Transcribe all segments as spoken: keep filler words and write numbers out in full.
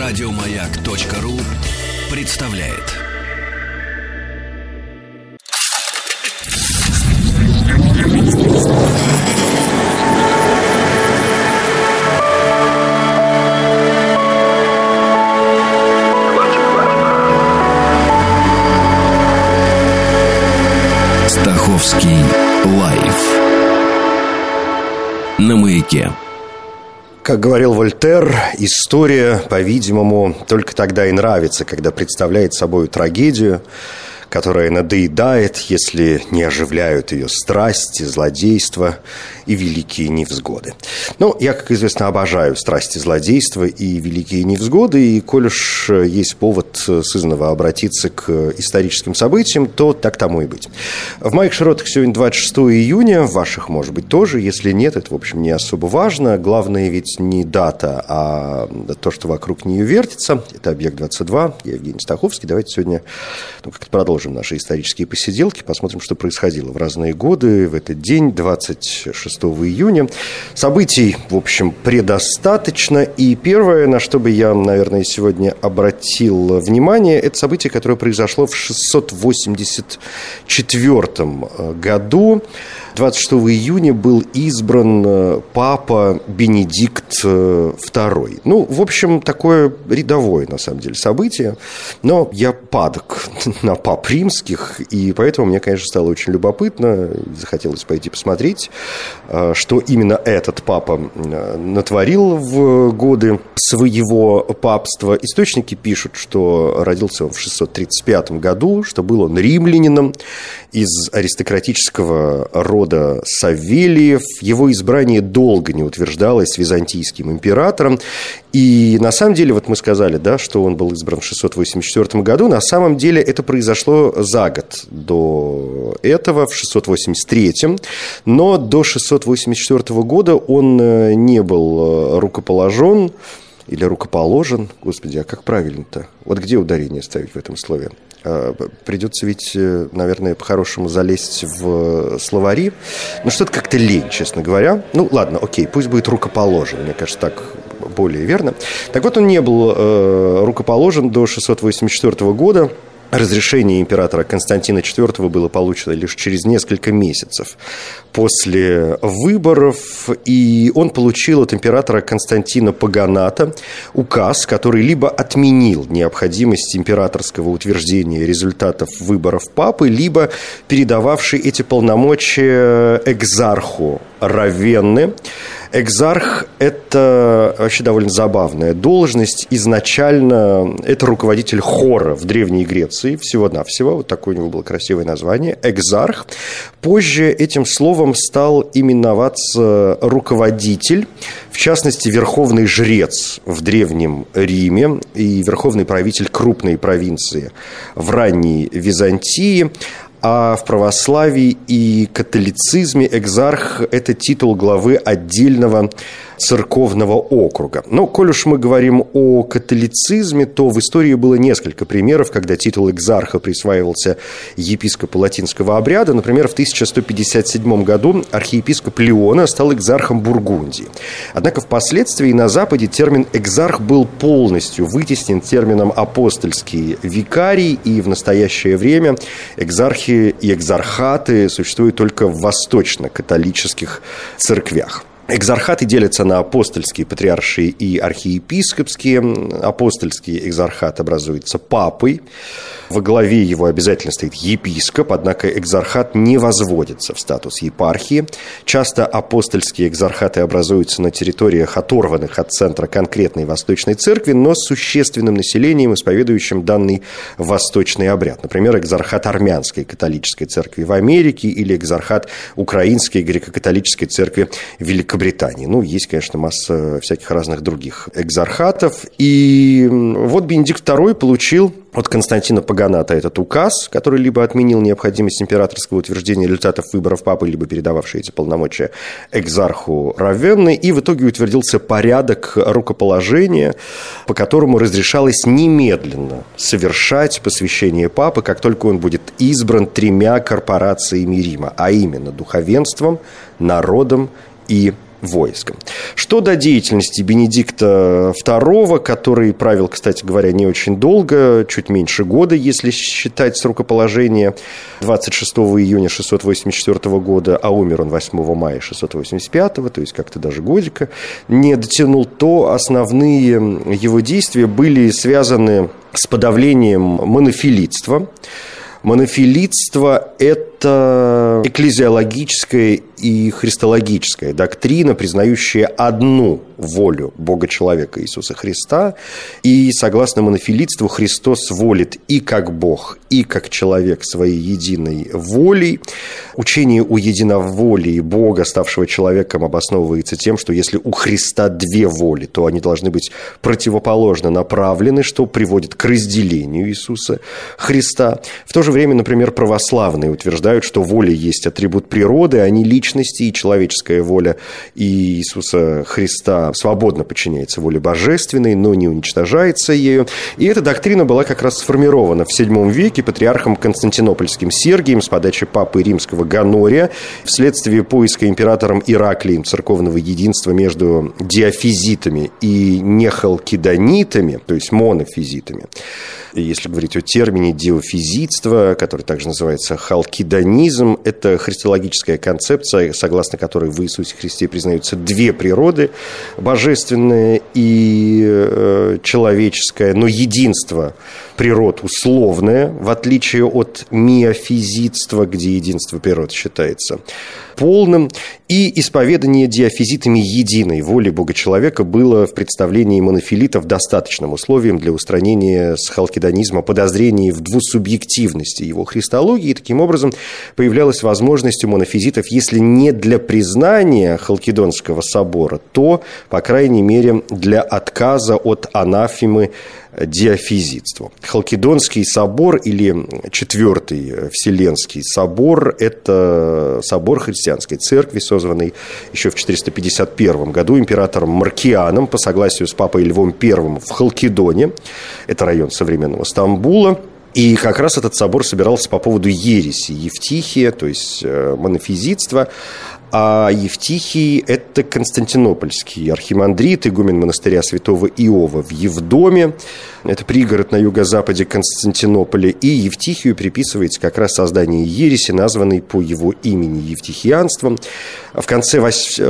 Радиомаяк.ру представляет. Стаховский лайф на Маяке. Как говорил Вольтер, история, по-видимому, только тогда и нравится, когда представляет собой трагедию, которая надоедает, если не оживляют ее страсти, злодейства и великие невзгоды. Ну, я, как известно, обожаю страсти, злодейства и великие невзгоды, и коль уж есть повод сызнова обратиться к историческим событиям, то так тому и быть. В моих широтах сегодня двадцать шестого июня, в ваших, может быть, тоже, если нет, это, в общем, не особо важно. Главное ведь не дата, а то, что вокруг нее вертится. Это «Объект двадцать два», я Евгений Стаховский. Давайте сегодня ну, как-то продолжим наши исторические посиделки, посмотрим, что происходило в разные годы, в этот день, двадцать шестого июня. Событий, в общем, предостаточно. И первое, на что бы я, наверное, сегодня обратил внимание, это событие, которое произошло в шестьсот восемьдесят четвёртом году. двадцать шестого июня был избран папа Бенедикт второй. Ну, в общем, такое рядовое, на самом деле, событие. Но я падок на пап римских, и поэтому мне, конечно, стало очень любопытно. Захотелось пойти посмотреть, что именно этот папа натворил в годы своего папства. Источники пишут, что родился он в шестьсот тридцать пятом году, что был он римлянином из аристократического рода Савелиев. Его избрание долго не утверждалось византийским императором. И на самом деле, вот мы сказали, да, что он был избран в шестьсот восемьдесят четвёртом году. На самом деле это произошло за год до этого, в шестьсот восемьдесят третьем. Но до шестьсот восемьдесят четвёртого года он не был рукоположен или рукоположен. Господи, а как правильно-то? Вот где ударение ставить в этом слове? Придется ведь, наверное, по-хорошему залезть в словари. Ну, что-то как-то лень, честно говоря. Ну, ладно, окей, пусть будет рукоположен. Мне кажется, так более верно. Так вот, он не был э, рукоположен до шестьсот восемьдесят четвёртого года. Разрешение императора Константина четвёртого было получено лишь через несколько месяцев после выборов, и он получил от императора Константина Паганата указ, который либо отменил необходимость императорского утверждения результатов выборов папы, либо передававший эти полномочия экзарху Равенны. Экзарх – это вообще довольно забавная должность. Изначально это руководитель хора в Древней Греции, всего-навсего. Вот такое у него было красивое название – экзарх. Позже этим словом стал именоваться руководитель, в частности, верховный жрец в Древнем Риме и верховный правитель крупной провинции в ранней Византии. А в православии и католицизме экзарх – это титул главы отдельного церковного округа. Но, коль уж мы говорим о католицизме, то в истории было несколько примеров, когда титул экзарха присваивался епископу латинского обряда. Например, в тысяча сто пятьдесят седьмом году архиепископ Леона стал экзархом Бургундии. Однако впоследствии на Западе термин «экзарх» был полностью вытеснен термином «апостольский викарий», и в настоящее время экзархи и экзархаты существуют только в восточно-католических церквях. Экзархаты делятся на апостольские, патриаршие и архиепископские. Апостольский экзархат образуется папой. Во главе его обязательно стоит епископ, однако экзархат не возводится в статус епархии. Часто апостольские экзархаты образуются на территориях, оторванных от центра конкретной восточной церкви, но с существенным населением, исповедующим данный восточный обряд. Например, экзархат армянской католической церкви в Америке или экзархат украинской греко-католической церкви в Великобритании. Ну, есть, конечно, масса всяких разных других экзархатов. И вот Бенедикт второй получил от Константина Паганата этот указ, который либо отменил необходимость императорского утверждения результатов выборов папы, либо передававший эти полномочия экзарху Равенны, и в итоге утвердился порядок рукоположения, по которому разрешалось немедленно совершать посвящение папы, как только он будет избран тремя корпорациями Рима, а именно духовенством, народом и войском. Что до деятельности Бенедикта второго, который правил, кстати говоря, не очень долго, чуть меньше года, если считать с рукоположения двадцать шестого июня шестьсот восемьдесят четвёртого года, а умер он восьмого мая шестьсот восемьдесят пятого, то есть как-то даже годика не дотянул, то основные его действия были связаны с подавлением монофилитства. Монофилитство – это экклезиологическая и христологическая доктрина, признающая одну волю Бога-человека Иисуса Христа. И согласно монофилитству Христос волит и как Бог, и как человек своей единой волей. Учение о единоволии Бога, ставшего человеком, обосновывается тем, что если у Христа две воли, то они должны быть противоположно направлены, что приводит к разделению Иисуса Христа. В то же время, например, православные утверждают, что воля есть атрибут природы, а не личности, и человеческая воля Иисуса Христа свободно подчиняется воле божественной, но не уничтожается ею. И эта доктрина была как раз сформирована в седьмом веке патриархом Константинопольским Сергием с подачи папы римского Гонория вследствие поиска императором Ираклием церковного единства между диафизитами и нехалкидонитами, то есть монофизитами. И если говорить о термине диофизитство, который также называется халкидонизм, это христологическая концепция, согласно которой в Иисусе Христе признаются две природы, божественная и э, человеческая, но единство природ условное, в отличие от миофизитства, где единство природ считается полным, и исповедание диафизитами единой воли Бога-человека было в представлении монофилитов достаточным условием для устранения с халкидонизма подозрений в двусубъективности его христологии, и таким образом появлялась возможность у монофизитов, если не для признания Халкидонского собора, то, по крайней мере, для отказа от анафемы диафизитству. Халкидонский собор или Четвертый Вселенский собор – это собор христианской церкви, созванный еще в четыреста пятьдесят первом году императором Маркианом по согласию с папой Львом Первым в Халкидоне. Это район современного Стамбула. И как раз этот собор собирался по поводу ереси Евтихия, то есть монофизитства. А Евтихий – это константинопольский архимандрит, игумен монастыря святого Иова в Евдоме. Это пригород на юго-западе Константинополя. И Евтихию приписывается как раз создание ереси, названной по его имени евтихианством. В конце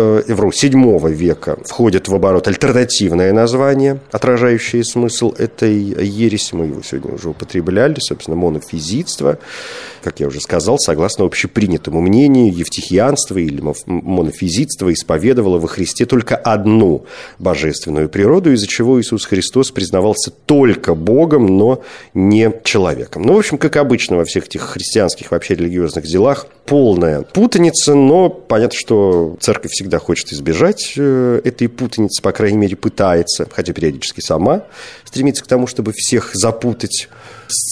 седьмого века входит в оборот альтернативное название, отражающее смысл этой ереси. Мы его сегодня уже употребляли, собственно, монофизитство. Как я уже сказал, согласно общепринятому мнению, евтихианство или монофизитство исповедовало во Христе только одну божественную природу, из-за чего Иисус Христос признавался только Богом, но не человеком. Ну, в общем, как обычно во всех этих христианских, вообще религиозных делах, полная путаница, но понятно, что церковь всегда хочет избежать этой путаницы, по крайней мере, пытается, хотя периодически сама стремится к тому, чтобы всех запутать с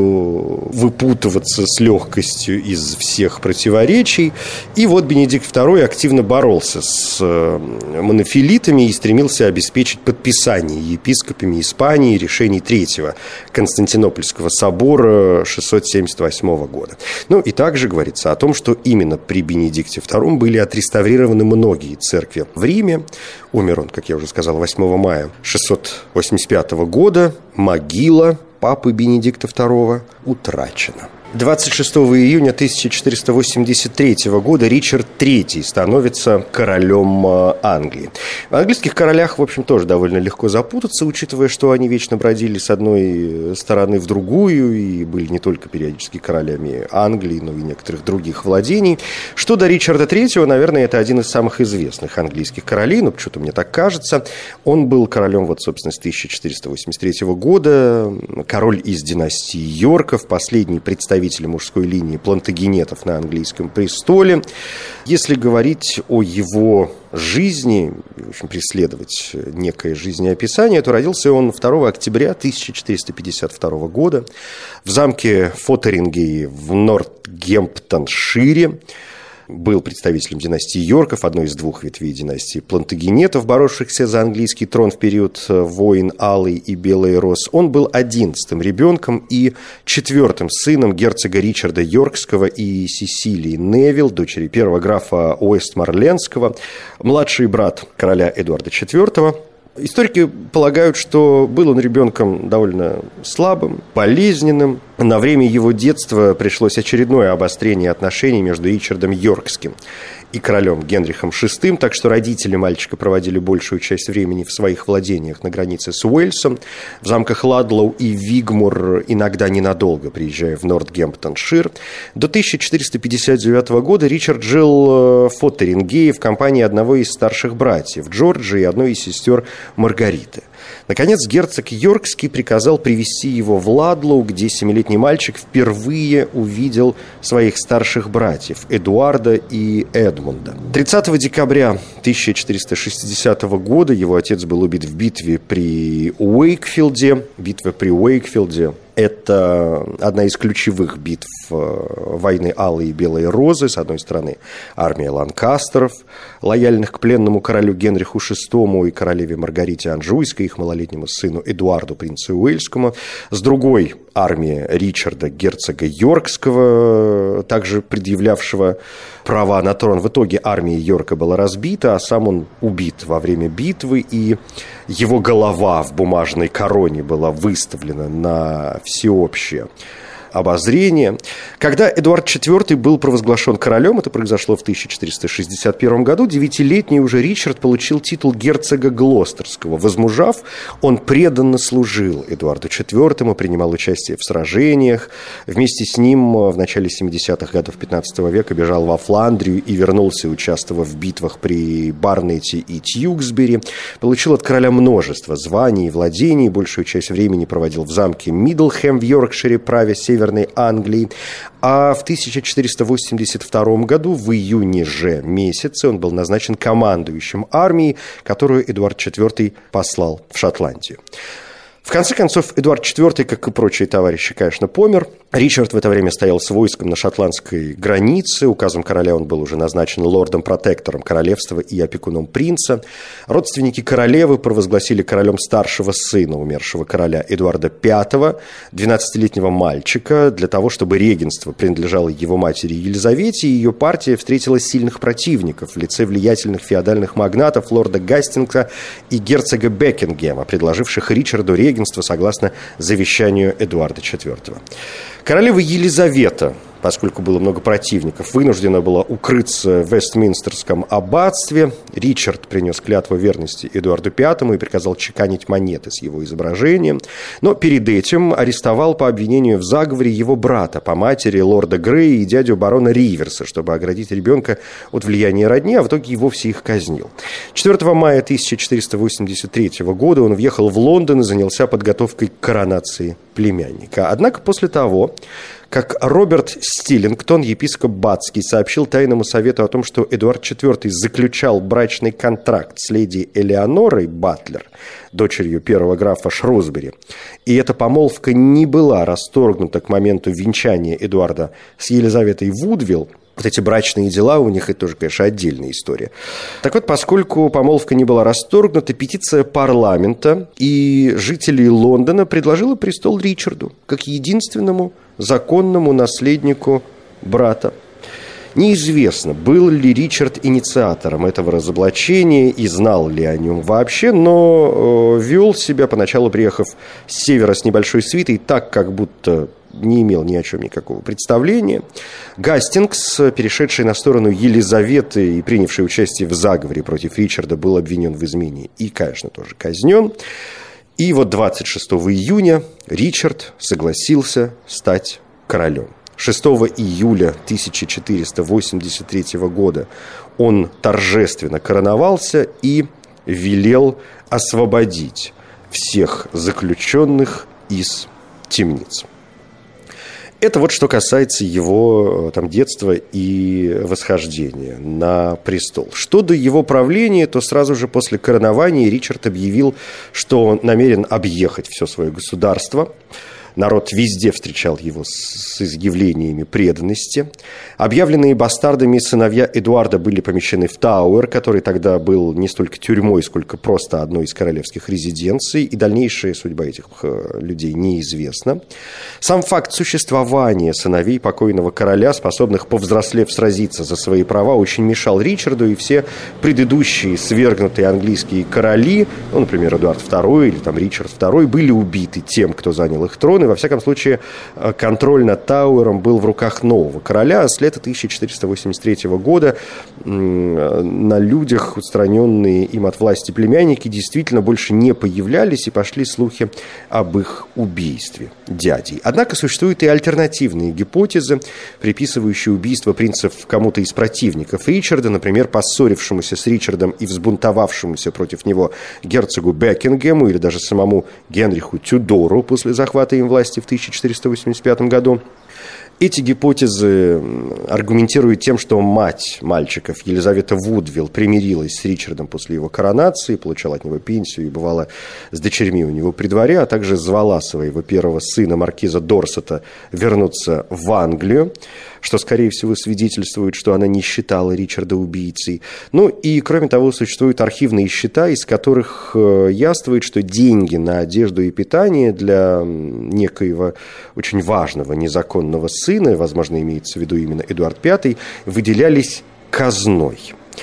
целью выпутываться с легкостью из всех противоречий. И вот Бенедикт второй активно боролся с монофилитами и стремился обеспечить подписание епископами Испании решений Третьего Константинопольского собора шестьсот семьдесят восьмого года. Ну и также говорится о том, что именно при Бенедикте втором были отреставрированы многие церкви в Риме. Умер он, как я уже сказал, восьмого мая шестьсот восемьдесят пятого года. Могила папы Бенедикта второго утрачена. двадцать шестого июня тысяча четыреста восемьдесят третьего года Ричард третий становится королем Англии. В английских королях, в общем, тоже довольно легко запутаться, учитывая, что они вечно бродили с одной стороны в другую и были не только периодически королями Англии, но и некоторых других владений. Что до Ричарда третьего, наверное, это один из самых известных английских королей, но почему-то мне так кажется. Он был королем, вот, собственно, с тысяча четыреста восемьдесят третьего года, король из династии Йорков, последний представитель мужской линии плантагенетов на английском престоле. Если говорить о его жизни, в общем, преследовать некое жизнеописание, то родился он второго октября тысяча четыреста пятьдесят второго года в замке Фотерингей в Нортгемптоншире. был представителем династии Йорков, одной из двух ветвей династии Плантагенетов, боровшихся за английский трон в период войн Алой и Белой Роз. Он был одиннадцатым ребенком и четвертым сыном герцога Ричарда Йоркского и Сесилии Невилл, дочери первого графа Уэстморленского, младший брат короля Эдуарда четвёртого. Историки полагают, что был он ребенком довольно слабым, болезненным. На время его детства пришлось очередное обострение отношений между Ричардом Йоркским и королем Генрихом шестым, так что родители мальчика проводили большую часть времени в своих владениях на границе с Уэльсом, в замках Ладлоу и Вигмур, иногда ненадолго приезжая в Нортгемптоншир. До тысяча четыреста пятьдесят девятого года Ричард жил в Фотерингее в компании одного из старших братьев Джорджа и одной из сестер Маргариты. Наконец, герцог Йоркский приказал привезти его в Ладлоу, где семилетний мальчик впервые увидел своих старших братьев Эдуарда и Эдмунда. тридцатого декабря тысяча четыреста шестидесятого года его отец был убит в битве при Уэйкфилде. Битва при Уэйкфилде – это одна из ключевых битв войны Алой и Белой Розы. С одной стороны, армия ланкастеров, лояльных к пленному королю Генриху шестому и королеве Маргарите Анжуйской, их малолетнему сыну Эдуарду, принцу Уэльскому. С другой, армия Ричарда, герцога Йоркского, также предъявлявшего права на трон. В итоге армия Йорка была разбита, а сам он убит во время битвы, и его голова в бумажной короне была выставлена на всеобщее обозрение. Когда Эдуард четвёртый был провозглашен королем, это произошло в тысяча четыреста шестьдесят первом году, девятилетний уже Ричард получил титул герцога Глостерского. Возмужав, он преданно служил Эдуарду четвёртому, принимал участие в сражениях. Вместе с ним в начале семидесятых годов пятнадцатого века бежал во Фландрию и вернулся, участвовав в битвах при Барнете и Тьюксбери. Получил от короля множество званий и владений, большую часть времени проводил в замке Мидлхэм в Йоркшире, правя Северной Англии. А в тысяча четыреста восемьдесят втором году, в июне же месяце, он был назначен командующим армией, которую Эдуард четвёртый послал в Шотландию. В конце концов, Эдуард четвёртый, как и прочие товарищи, конечно, помер. Ричард в это время стоял с войском на шотландской границе. Указом короля он был уже назначен лордом-протектором королевства и опекуном принца. Родственники королевы провозгласили королем старшего сына умершего короля Эдуарда пятого, двенадцатилетнего мальчика, для того, чтобы регенство принадлежало его матери Елизавете, и ее партия встретила сильных противников в лице влиятельных феодальных магнатов лорда Гастингса и герцога Бекингема, предложивших Ричарду регенство согласно завещанию Эдуарда четвёртого. Королева Елизавета, поскольку было много противников, вынуждена была укрыться в Вестминстерском аббатстве. Ричард принес клятву верности Эдуарду пятому и приказал чеканить монеты с его изображением. Но перед этим арестовал по обвинению в заговоре его брата по матери лорда Грея и дядю барона Риверса, чтобы оградить ребенка от влияния родни, а в итоге и вовсе их казнил. четвёртого мая тысяча четыреста восемьдесят третьего года он въехал в Лондон и занялся подготовкой к коронации племянника. Однако после того, как Роберт Стиллингтон, епископ Батский, сообщил Тайному совету о том, что Эдуард четвёртый заключал брачный контракт с леди Элеонорой Батлер, дочерью первого графа Шрусбери, и эта помолвка не была расторгнута к моменту венчания Эдуарда с Елизаветой Вудвилл, вот эти брачные дела у них, это тоже, конечно, отдельная история. Так вот, поскольку помолвка не была расторгнута, петиция парламента и жителей Лондона предложила престол Ричарду как единственному законному наследнику брата. Неизвестно, был ли Ричард инициатором этого разоблачения и знал ли о нем вообще, но э, вел себя, поначалу приехав с севера с небольшой свитой, так, как будто не имел ни о чем никакого представления. Гастингс, перешедший на сторону Елизаветы и принявший участие в заговоре против Ричарда, был обвинен в измене и, конечно, тоже казнен. И вот двадцать шестого июня Ричард согласился стать королем. шестого июля тысяча четыреста восемьдесят третьего года он торжественно короновался и велел освободить всех заключенных из темниц. Это вот что касается его там, детства и восхождения на престол. Что до его правления, то сразу же после коронования Ричард объявил, что он намерен объехать все свое государство. Народ везде встречал его с изъявлениями преданности. Объявленные бастардами сыновья Эдуарда были помещены в Тауэр, который тогда был не столько тюрьмой, сколько просто одной из королевских резиденций, и дальнейшая судьба этих людей неизвестна. Сам факт существования сыновей покойного короля, способных, повзрослев, сразиться за свои права, очень мешал Ричарду, и все предыдущие свергнутые английские короли, ну, например, Эдуард второй или там Ричард второй, были убиты тем, кто занял их трон, и, во всяком случае, контроль над Тауэром был в руках нового короля. С лета тысяча четыреста восемьдесят третьего года на людях, устраненные им от власти племянники, действительно больше не появлялись, и пошли слухи об их убийстве дядей. Однако существуют и альтернативные гипотезы, приписывающие убийство принцев кому-то из противников Ричарда, например, поссорившемуся с Ричардом и взбунтовавшемуся против него герцогу Бекингему или даже самому Генриху Тюдору после захвата им власти в тысяча четыреста восемьдесят пятом году. Эти гипотезы аргументируют тем, что мать мальчиков, Елизавета Вудвилл, примирилась с Ричардом после его коронации, получала от него пенсию и бывала с дочерьми у него при дворе, а также звала своего первого сына, маркиза Дорсета, вернуться в Англию, что, скорее всего, свидетельствует, что она не считала Ричарда убийцей. Ну и, кроме того, существуют архивные счета, из которых яствует, что деньги на одежду и питание для некоего очень важного незаконного сына, возможно, имеется в виду именно Эдуард Пятый, выделялись казной.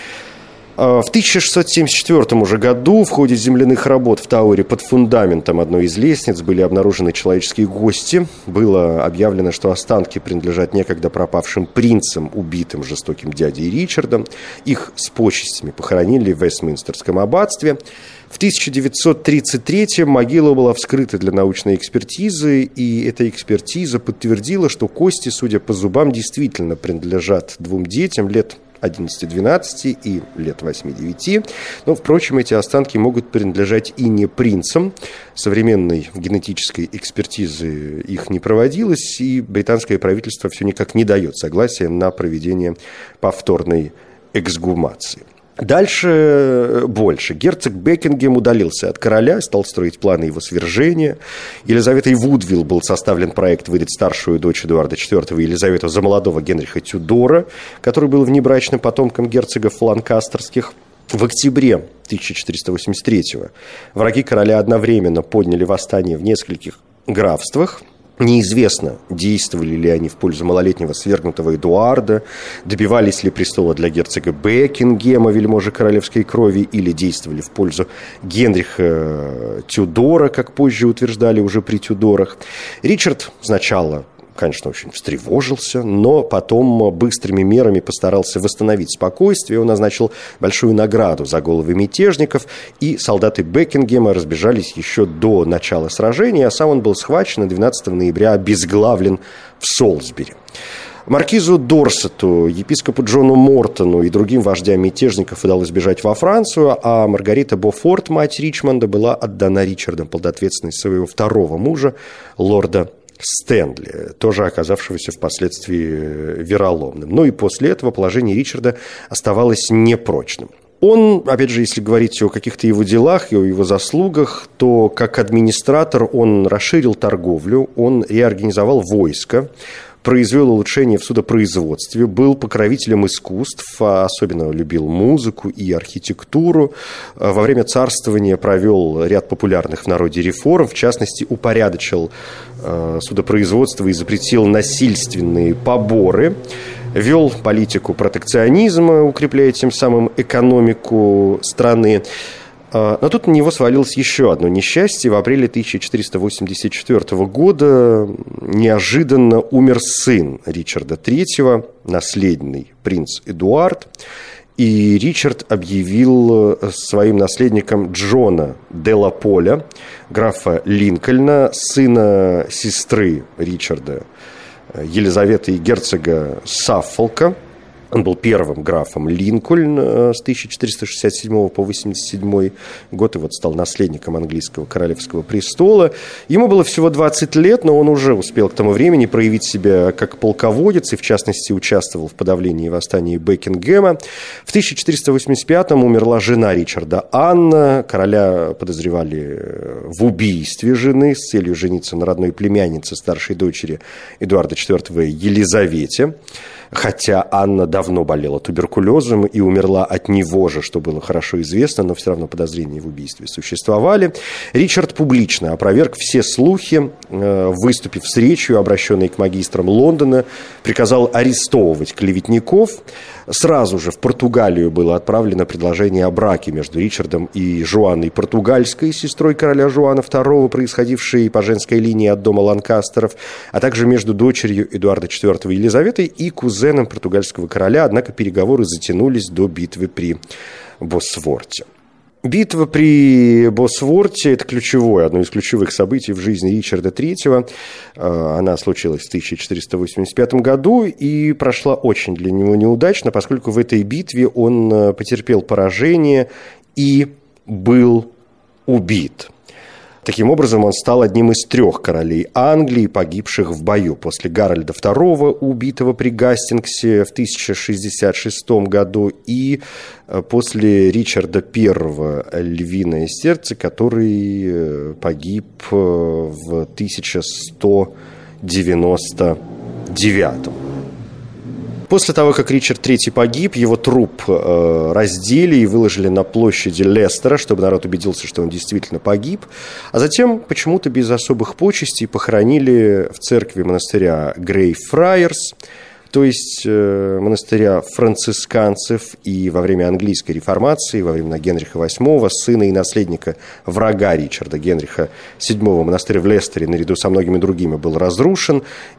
В тысяча шестьсот семьдесят четвёртом уже году в ходе земляных работ в Тауэре под фундаментом одной из лестниц были обнаружены человеческие кости. Было объявлено, что останки принадлежат некогда пропавшим принцам, убитым жестоким дядей Ричардом. Их с почестями похоронили в Вестминстерском аббатстве. В тысяча девятьсот тридцать третьем могила была вскрыта для научной экспертизы, и эта экспертиза подтвердила, что кости, судя по зубам, действительно принадлежат двум детям лет одиннадцати-двенадцати и лет восьми-девяти. Но, впрочем, эти останки могут принадлежать и не принцам. Современной генетической экспертизы их не проводилось, и британское правительство все никак не дает согласия на проведение повторной эксгумации. Дальше больше. Герцог Бекингем удалился от короля, стал строить планы его свержения. Елизаветой Вудвилл был составлен проект выдать старшую дочь Эдуарда четвёртого, Елизавету, за молодого Генриха Тюдора, который был внебрачным потомком герцогов ланкастерских. В октябре тысяча четыреста восемьдесят третьего враги короля одновременно подняли восстание в нескольких графствах. Неизвестно, действовали ли они в пользу малолетнего свергнутого Эдуарда, добивались ли престола для герцога Бекингема, вельможи королевской крови, или действовали в пользу Генриха Тюдора, как позже утверждали уже при Тюдорах. Ричард сначала, конечно, очень встревожился, но потом быстрыми мерами постарался восстановить спокойствие. Он назначил большую награду за головы мятежников, и солдаты Бекингема разбежались еще до начала сражения, а сам он был схвачен и двенадцатого ноября обезглавлен в Солсбери. Маркизу Дорсету, епископу Джону Мортону и другим вождям мятежников удалось бежать во Францию, а Маргарита Бофорт, мать Ричмонда, была отдана Ричардом под ответственность своего второго мужа, лорда Стэнли, тоже оказавшегося впоследствии вероломным. Ну и после этого положение Ричарда оставалось непрочным. Он, опять же, если говорить о каких-то его делах и о его заслугах, то как администратор он расширил торговлю, он реорганизовал войско, произвел улучшение в судопроизводстве, был покровителем искусств, особенно любил музыку и архитектуру. Во время царствования провел ряд популярных в народе реформ, в частности, упорядочил судопроизводство и запретил насильственные поборы, вел политику протекционизма, укрепляя тем самым экономику страны. Но тут на него свалилось еще одно несчастье. В апреле тысяча четыреста восемьдесят четвёртого года неожиданно умер сын Ричарда третьего, наследный принц Эдуард. И Ричард объявил своим наследником Джона де ла Поля, графа Линкольна, сына сестры Ричарда, Елизаветы и герцога Саффолка. Он был первым графом Линкольн с тысяча четыреста шестьдесят седьмого по восемьдесят седьмой год и вот стал наследником английского королевского престола. Ему было всего двадцать лет, но он уже успел к тому времени проявить себя как полководец и, в частности, участвовал в подавлении восстания Бекингема. В тысяча четыреста восемьдесят пятом умерла жена Ричарда Анна. Короля подозревали в убийстве жены с целью жениться на родной племяннице старшей дочери Эдуарда четвёртого Елизавете. Хотя Анна давно болела туберкулезом и умерла от него же, что было хорошо известно, но все равно подозрения в убийстве существовали. Ричард публично опроверг все слухи, выступив с речью, обращенной к магистрам Лондона, приказал арестовывать клеветников. Сразу же в Португалию было отправлено предложение о браке между Ричардом и Жуанной Португальской, сестрой короля Жуана второго, происходившей по женской линии от дома Ланкастеров, а также между дочерью Эдуарда четвёртого Елизаветой и кузеном португальского короля, однако переговоры затянулись до битвы при Босворте. Битва при Босворте – это ключевое, одно из ключевых событий в жизни Ричарда третьего. Она случилась в тысяча четыреста восемьдесят пятом году и прошла очень для него неудачно, поскольку в этой битве он потерпел поражение и был убит. Таким образом, он стал одним из трех королей Англии, погибших в бою. После Гарольда второго, убитого при Гастингсе в тысяча шестьдесят шестом году, и после Ричарда первого «Львиное сердце», который погиб в тысяча сто девяносто девятом. После того, как Ричард третий погиб, его труп э, раздели и выложили на площади Лестера, чтобы народ убедился, что он действительно погиб. А затем почему-то без особых почестей похоронили в церкви монастыря Грейфрайерс, то есть э, монастыря францисканцев, и во время английской реформации, во времена Генриха восьмого, сына и наследника врага Ричарда, Генриха седьмого, монастырь в Лестере наряду со многими другими был разрушен,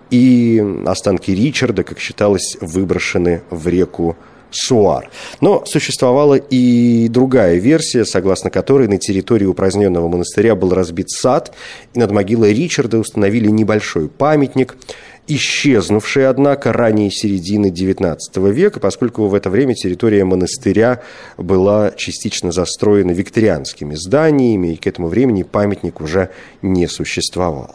и останки Ричарда, как считалось, выброшены в реку Суар. Но существовала и другая версия, согласно которой на территории упраздненного монастыря был разбит сад, и над могилой Ричарда установили небольшой памятник, исчезнувший, однако, ранее середины девятнадцатого века, поскольку в это время территория монастыря была частично застроена викторианскими зданиями, и к этому времени памятник уже не существовал.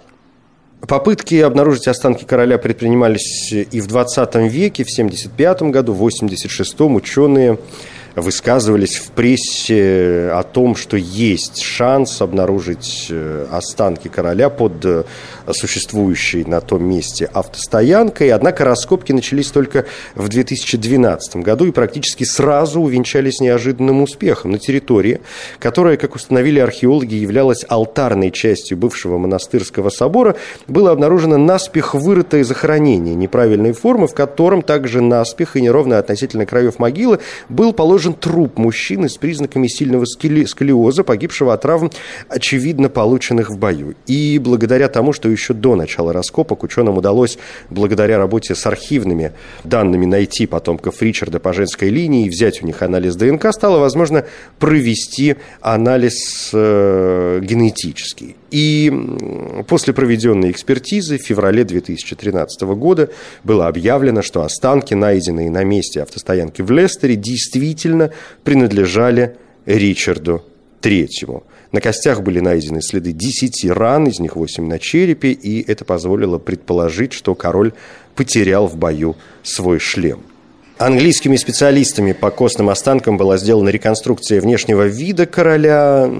Попытки обнаружить останки короля предпринимались и в двадцатом веке. В семьдесят пятом году, в восемьдесят шестом ученые высказывались в прессе о том, что есть шанс обнаружить останки короля под существующей на том месте автостоянкой. Однако раскопки начались только в две тысячи двенадцатом году и практически сразу увенчались неожиданным успехом. На территории, которая, как установили археологи, являлась алтарной частью бывшего монастырского собора, было обнаружено наспех вырытое захоронение неправильной формы, в котором также наспех и неровно относительно краев могилы был положен труп мужчины с признаками сильного скели- сколиоза, погибшего от травм, очевидно полученных в бою. И благодаря тому, что еще до начала раскопок ученым удалось, благодаря работе с архивными данными, найти потомков Ричарда по женской линии и взять у них анализ ДНК, стало возможно провести анализ э, генетический. И после проведенной экспертизы в феврале две тысячи тринадцатого года было объявлено, что останки, найденные на месте автостоянки в Лестере, действительно принадлежали Ричарду третьему. На костях были найдены следы десяти ран, из них восемь на черепе, и это позволило предположить, что король потерял в бою свой шлем. Английскими специалистами по костным останкам была сделана реконструкция внешнего вида короля.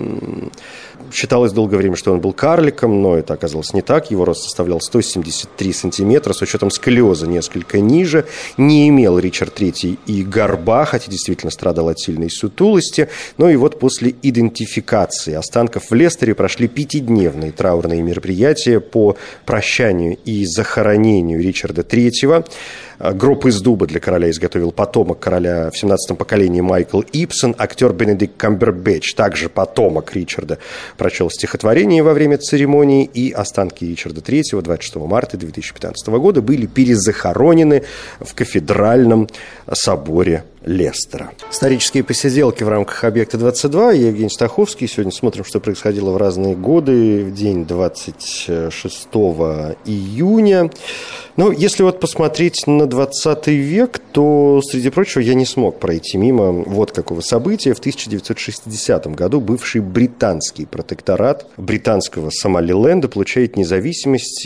Считалось долгое время, что он был карликом, но это оказалось не так. Его рост составлял сто семьдесят три сантиметра, с учетом сколиоза несколько ниже. Не имел Ричард третий и горба, хотя действительно страдал от сильной сутулости. Но и вот после идентификации останков в Лестере прошли пятидневные траурные мероприятия по прощанию и захоронению Ричарда третьего. Гроб из дуба для короля изготовил потомок короля в семнадцатом поколении Майкл Ипсон. Актер Бенедикт Камбербэтч, также потомок Ричарда, прочел стихотворение во время церемонии, и останки Ричарда третьего двадцать шестого марта две тысячи пятнадцатого года были перезахоронены в кафедральном соборе Лестера. Исторические посиделки в рамках «Объекта двадцать два». Я Евгений Стаховский. Сегодня смотрим, что происходило в разные годы. В день двадцать шестого июня. Ну, если вот посмотреть на двадцатый век, то, среди прочего, я не смог пройти мимо вот какого события. В тысяча девятьсот шестидесятом году бывший британский протекторат британского Сомалиленда получает независимость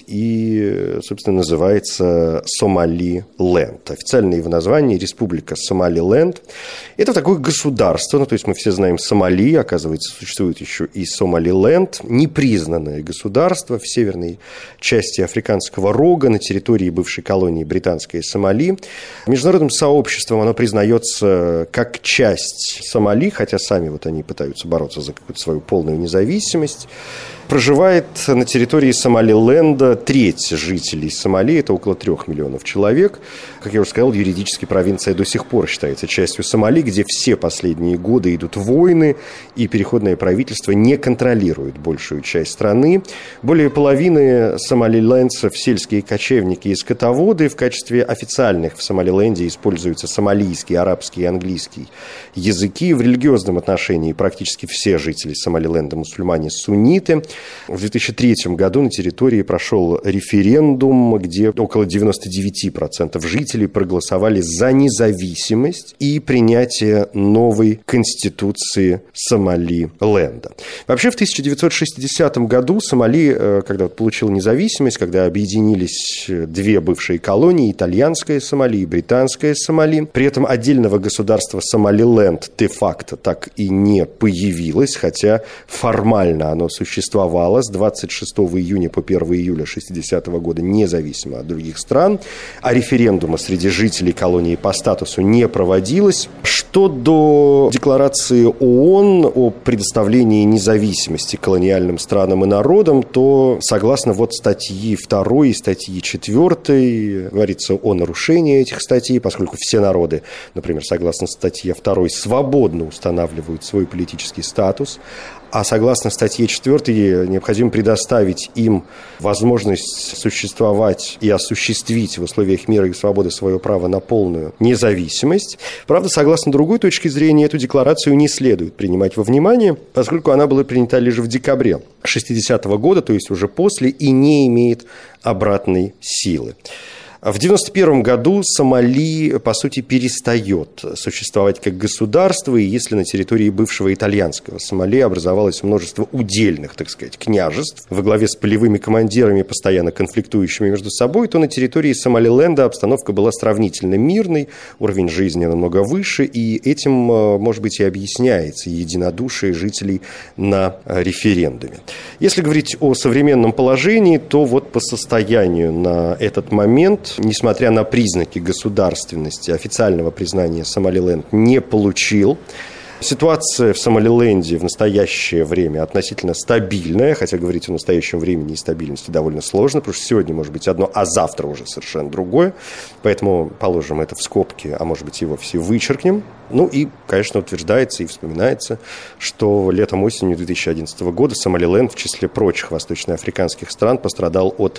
и, собственно, называется Сомалиленд. Официальное его название – Республика Сомалиленд. Это такое государство, ну, то есть мы все знаем Сомали, оказывается, существует еще и Сомалиленд, непризнанное государство в северной части Африканского рога на территории бывшей колонии британской Сомали. Международным сообществом оно признается как часть Сомали, хотя сами вот они пытаются бороться за какую-то свою полную независимость. Проживает на территории Сомалиленда треть жителей Сомали, это около трех миллионов человек. Как я уже сказал, юридически провинция до сих пор считается частью Сомали, где все последние годы идут войны, и переходное правительство не контролирует большую часть страны. Более половины сомалилендцев – сельские кочевники и скотоводы. В качестве официальных в Сомалиленде используются сомалийский, арабский и английский языки. В религиозном отношении практически все жители Сомалиленда – мусульмане-сунниты. В две тысячи третьем году на территории прошел референдум, где около девяносто девять процентов жителей проголосовали за независимость и принятие новой конституции Сомалиленда. Вообще в тысяча девятьсот шестидесятом году Сомали, когда получила независимость, когда объединились две бывшие колонии, итальянская Сомали и британская Сомали, при этом отдельного государства Сомалиленд де-факто так и не появилось, хотя формально оно существовало с двадцать шестого июня по первого июля шестидесятого года независимо от других стран, а референдума среди жителей колонии по статусу не проводилось. Что до декларации ООН о предоставлении независимости колониальным странам и народам, то согласно вот статьи второй и статьи четвёртой говорится о нарушении этих статей, поскольку все народы, например, согласно статье второй, свободно устанавливают свой политический статус, а согласно статье четвёртой необходимо предоставить им возможность существовать и осуществить в условиях мира и свободы свое право на полную независимость. Правда, согласно другой точке зрения, эту декларацию не следует принимать во внимание, поскольку она была принята лишь в декабре шестидесятого года, то есть уже после, и не имеет обратной силы. В девяносто первом году Сомали, по сути, перестает существовать как государство, и если на территории бывшего итальянского Сомали образовалось множество удельных, так сказать, княжеств во главе с полевыми командирами, постоянно конфликтующими между собой, то на территории Сомалиленда обстановка была сравнительно мирной, уровень жизни намного выше, и этим, может быть, и объясняется единодушие жителей на референдуме. Если говорить о современном положении, то вот по состоянию на этот момент, несмотря на признаки государственности, официального признания Сомалиленд не получил. Ситуация в Сомалиленде в настоящее время относительно стабильная, хотя говорить о настоящем времени и стабильности довольно сложно, потому что сегодня может быть одно, а завтра уже совершенно другое. Поэтому положим это в скобки, а может быть и вовсе вычеркнем. Ну и, конечно, утверждается и вспоминается, что летом-осенью две тысячи одиннадцатого года Сомалиленд в числе прочих восточноафриканских стран пострадал от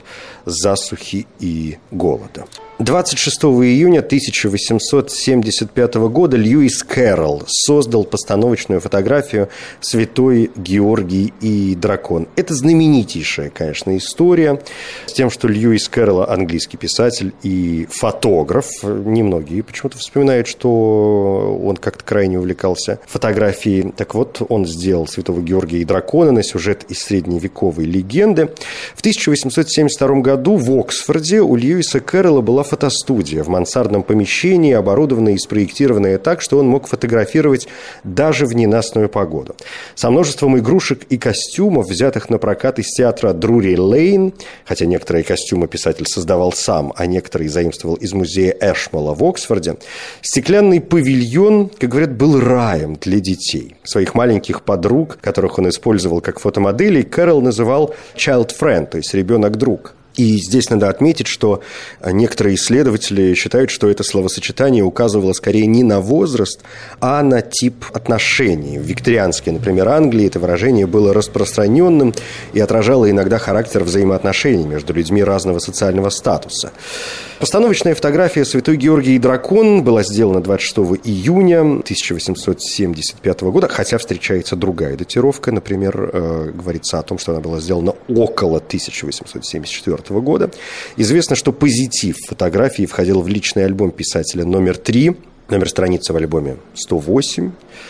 засухи и голода. двадцать шестого июня тысяча восемьсот семьдесят пятого года Льюис Кэрролл создал постановочную фотографию «Святой Георгий и дракон». Это знаменитейшая, конечно, история с тем, что Льюис Кэрролл, английский писатель и фотограф, немногие почему-то вспоминают, что он как-то крайне увлекался фотографией. Так вот, он сделал «Святого Георгия и дракона» на сюжет из средневековой легенды. В тысяча восемьсот семьдесят втором году в Оксфорде у Льюиса Кэрролла была фотостудия в мансардном помещении, оборудованная и спроектированная так, что он мог фотографировать даже в ненастную погоду. Со множеством игрушек и костюмов, взятых на прокат из театра Друри Лейн, хотя некоторые костюмы писатель создавал сам, а некоторые заимствовал из музея Эшмола в Оксфорде, стеклянный павильон, как говорят, был раем для детей. Своих маленьких подруг, которых он использовал как фотомоделей, Кэрролл называл child friend, то есть ребенок-друг. И здесь надо отметить, что некоторые исследователи считают, что это словосочетание указывало скорее не на возраст, а на тип отношений. В викторианской, например, Англии это выражение было распространенным и отражало иногда характер взаимоотношений между людьми разного социального статуса. Постановочная фотография «Святой Георгий и дракон» была сделана двадцать шестого июня тысяча восемьсот семьдесят пятого года, хотя встречается другая датировка. Например, э, говорится о том, что она была сделана около тысяча восемьсот семьдесят четвёртого года. Известно, что позитив фотографии входил в личный альбом писателя номер три, номер страницы в альбоме сто восемь,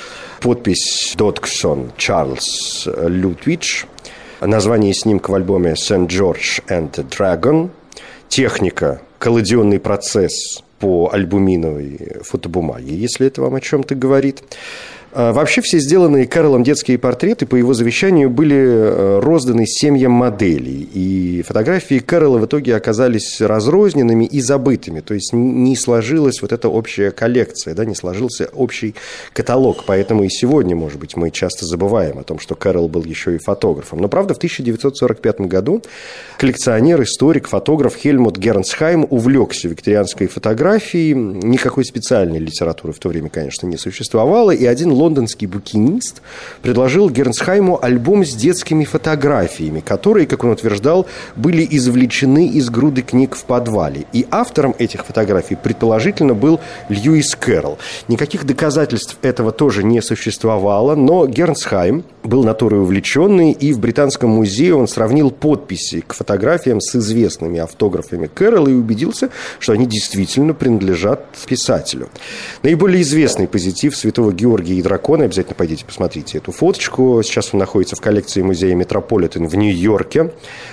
подпись «Додгсон Чарльз Лютвидж», название снимка в альбоме «Saint George and the Dragon», техника коллодионный процесс по альбуминовой фотобумаге, если это вам о чем-то говорит. Вообще все сделанные Кэрроллом детские портреты по его завещанию были розданы семьям моделей, и фотографии Кэрролла в итоге оказались разрозненными и забытыми, то есть не сложилась вот эта общая коллекция, да, не сложился общий каталог, поэтому и сегодня, может быть, мы часто забываем о том, что Кэрролл был еще и фотографом. Но, правда, в тысяча девятьсот сорок пятом году коллекционер, историк, фотограф Хельмут Гернсхайм увлекся викторианской фотографией, никакой специальной литературы в то время, конечно, не существовало, и один лондонский букинист предложил Гернсхайму альбом с детскими фотографиями, которые, как он утверждал, были извлечены из груды книг в подвале. И автором этих фотографий, предположительно, был Льюис Кэрролл. Никаких доказательств этого тоже не существовало, но Гернсхайм был натурой увлеченный, и в Британском музее он сравнил подписи к фотографиям с известными автографами Кэрролла и убедился, что они действительно принадлежат писателю. Наиболее известный позитив святого Георгия и дракона, обязательно пойдите посмотрите эту фоточку. Сейчас он находится в коллекции музея Метрополитен в Нью-Йорке.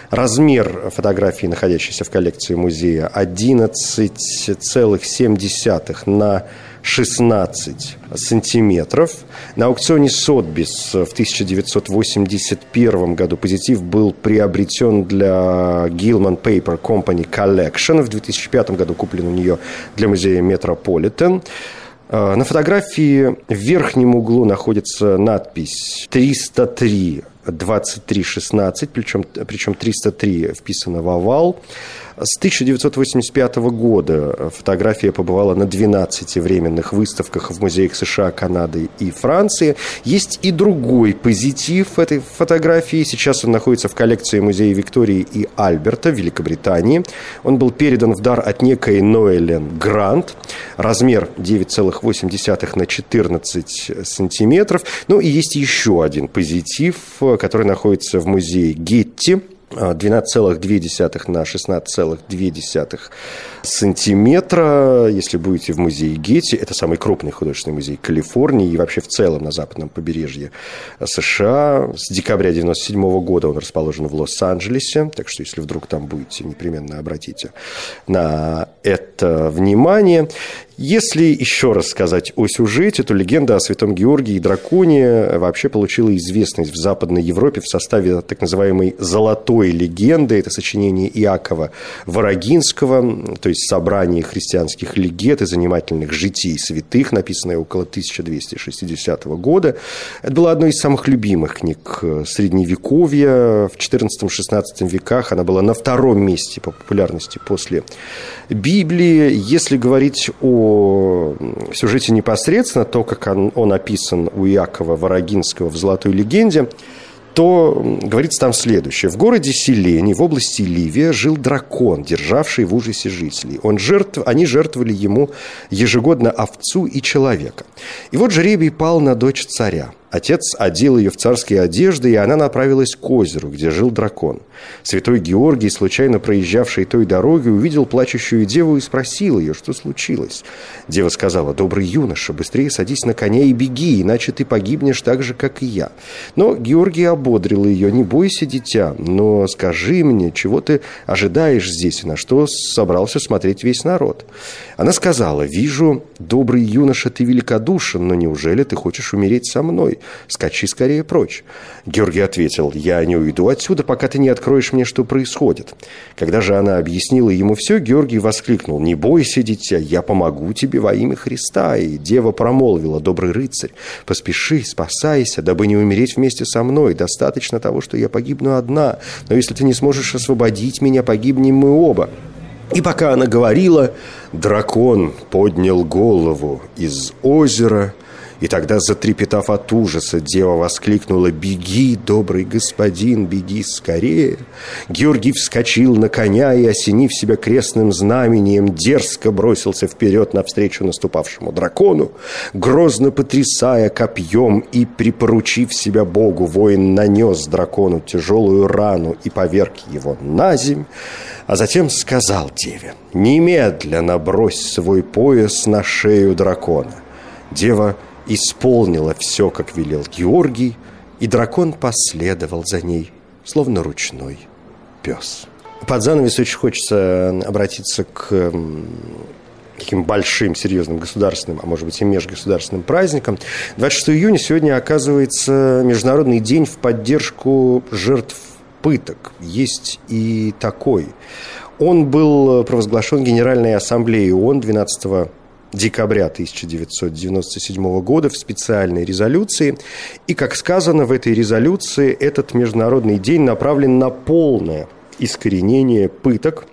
Размер фотографии, находящейся в коллекции музея, одиннадцать целых семь десятых на шестнадцать сантиметров. На аукционе Сотбис в тысяча девятьсот восемьдесят первом году позитив был приобретен для Gilman Paper Company Collection. В две тысячи пятом году куплен у нее для музея Метрополитен. На фотографии в верхнем углу находится надпись триста три двадцать три шестнадцать, причем, причем триста три вписано в овал. С тысяча девятьсот восемьдесят пятого года фотография побывала на двенадцати временных выставках в музеях США, Канады и Франции. Есть и другой позитив этой фотографии. Сейчас он находится в коллекции музея Виктории и Альберта в Великобритании. Он был передан в дар от некой Ноэлен Грант. Размер девять целых восемь десятых на четырнадцать сантиметров. Ну и есть еще один позитив, который находится в музее Гетти. двенадцать целых две десятых на шестнадцать целых две десятых сантиметра. Если будете в музее Гетти, это самый крупный художественный музей Калифорнии и вообще в целом на западном побережье США. С декабря девяносто седьмого года он расположен в Лос-Анджелесе, так что если вдруг там будете, непременно обратите на это внимание. Если еще раз сказать о сюжете, то легенда о святом Георгии и драконе вообще получила известность в Западной Европе в составе так называемой «золотой легенды». Это сочинение Иакова Ворогинского, то есть собрание христианских легенд и занимательных житий святых, написанное около тысяча двести шестидесятого года. Это была одной из самых любимых книг Средневековья. В четырнадцатом-шестнадцатом веках она была на втором месте по популярности после Библии. Если говорить о О сюжете непосредственно, то, как он, он описан у Иакова Ворогинского в «Золотой легенде», то говорится там следующее. В городе Селени, в области Ливия, жил дракон, державший в ужасе жителей. Он жертв... Они жертвовали ему ежегодно овцу и человека. И вот жребий пал на дочь царя. Отец одел ее в царские одежды, и она направилась к озеру, где жил дракон. Святой Георгий, случайно проезжавший той дорогой, увидел плачущую деву и спросил ее, что случилось. Дева сказала: «Добрый юноша, быстрее садись на коня и беги, иначе ты погибнешь так же, как и я». Но Георгий ободрил ее: «Не бойся, дитя, но скажи мне, чего ты ожидаешь здесь и на что собрался смотреть весь народ?» Она сказала: «Вижу, добрый юноша, ты великодушен, но неужели ты хочешь умереть со мной? скачи скорее прочь». Георгий ответил: «Я не уйду отсюда, пока ты не откроешь мне, что происходит». Когда же она объяснила ему все, Георгий воскликнул: «Не бойся, дитя, я помогу тебе во имя Христа». И дева промолвила: «Добрый рыцарь, поспеши, спасайся, дабы не умереть вместе со мной. Достаточно того, что я погибну одна, но если ты не сможешь освободить меня, погибнем мы оба». И пока она говорила, дракон поднял голову из озера, и тогда, затрепетав от ужаса, дева воскликнула: «Беги, добрый господин, беги скорее!» Георгий вскочил на коня и, осенив себя крестным знамением, дерзко бросился вперед навстречу наступавшему дракону. Грозно потрясая копьем и припоручив себя Богу, воин нанес дракону тяжелую рану и поверг его наземь, а затем сказал деве: «Немедленно брось свой пояс на шею дракона». Дева исполнила все, как велел Георгий, и дракон последовал за ней, словно ручной пес. Под занавес очень хочется обратиться к таким большим, серьезным государственным, а может быть и межгосударственным праздникам. двадцать шестого июня сегодня оказывается Международный день в поддержку жертв пыток. Есть и такой. Он был провозглашен Генеральной Ассамблеей ООН двенадцатого декабря тысяча девятьсот девяносто седьмого года в специальной резолюции. И, как сказано в этой резолюции, этот международный день направлен на полное искоренение пыток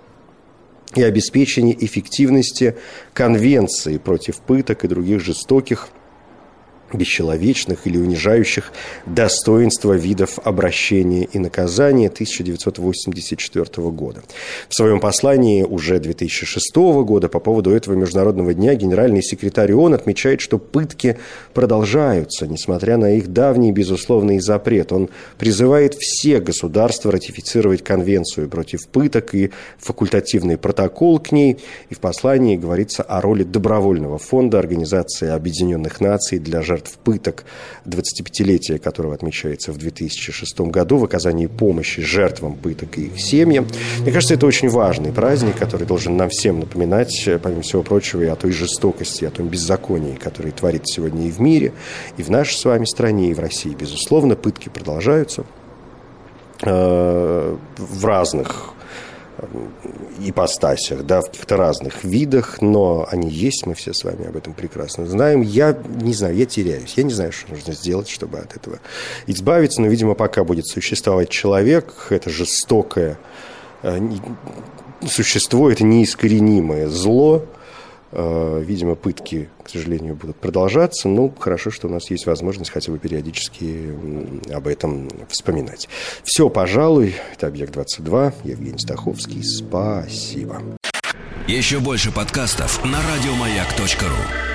и обеспечение эффективности Конвенции против пыток и других жестоких, бесчеловечных или унижающих достоинство видов обращения и наказания тысяча девятьсот восемьдесят четвёртого года. В своем послании уже две тысячи шестого года по поводу этого Международного дня генеральный секретарь ООН отмечает, что пытки продолжаются, несмотря на их давний безусловный запрет. Он призывает все государства ратифицировать Конвенцию против пыток и факультативный протокол к ней. И в послании говорится о роли добровольного фонда Организации Объединенных Наций для жертв пыток, двадцатипятилетие которого отмечается в две тысячи шестом году, в оказании помощи жертвам пыток и их семьям. Мне кажется, это очень важный праздник, который должен нам всем напоминать, помимо всего прочего, и о той жестокости, о том беззаконии, которое творит сегодня и в мире, и в нашей с вами стране, и в России. Безусловно, пытки продолжаются э, в разных ипостасях, да, в каких-то разных видах, но они есть, мы все с вами об этом прекрасно знаем. Я не знаю, я теряюсь, я не знаю, что нужно сделать, чтобы от этого избавиться, но, видимо, пока будет существовать человек, это жестокое существо, это неискоренимое зло. Видимо, пытки, к сожалению, будут продолжаться, но хорошо, что у нас есть возможность хотя бы периодически об этом вспоминать. Все, пожалуй, это «Объект двадцать два», Евгений Стаховский, спасибо. Еще больше подкастов на радиомаяк точка ру.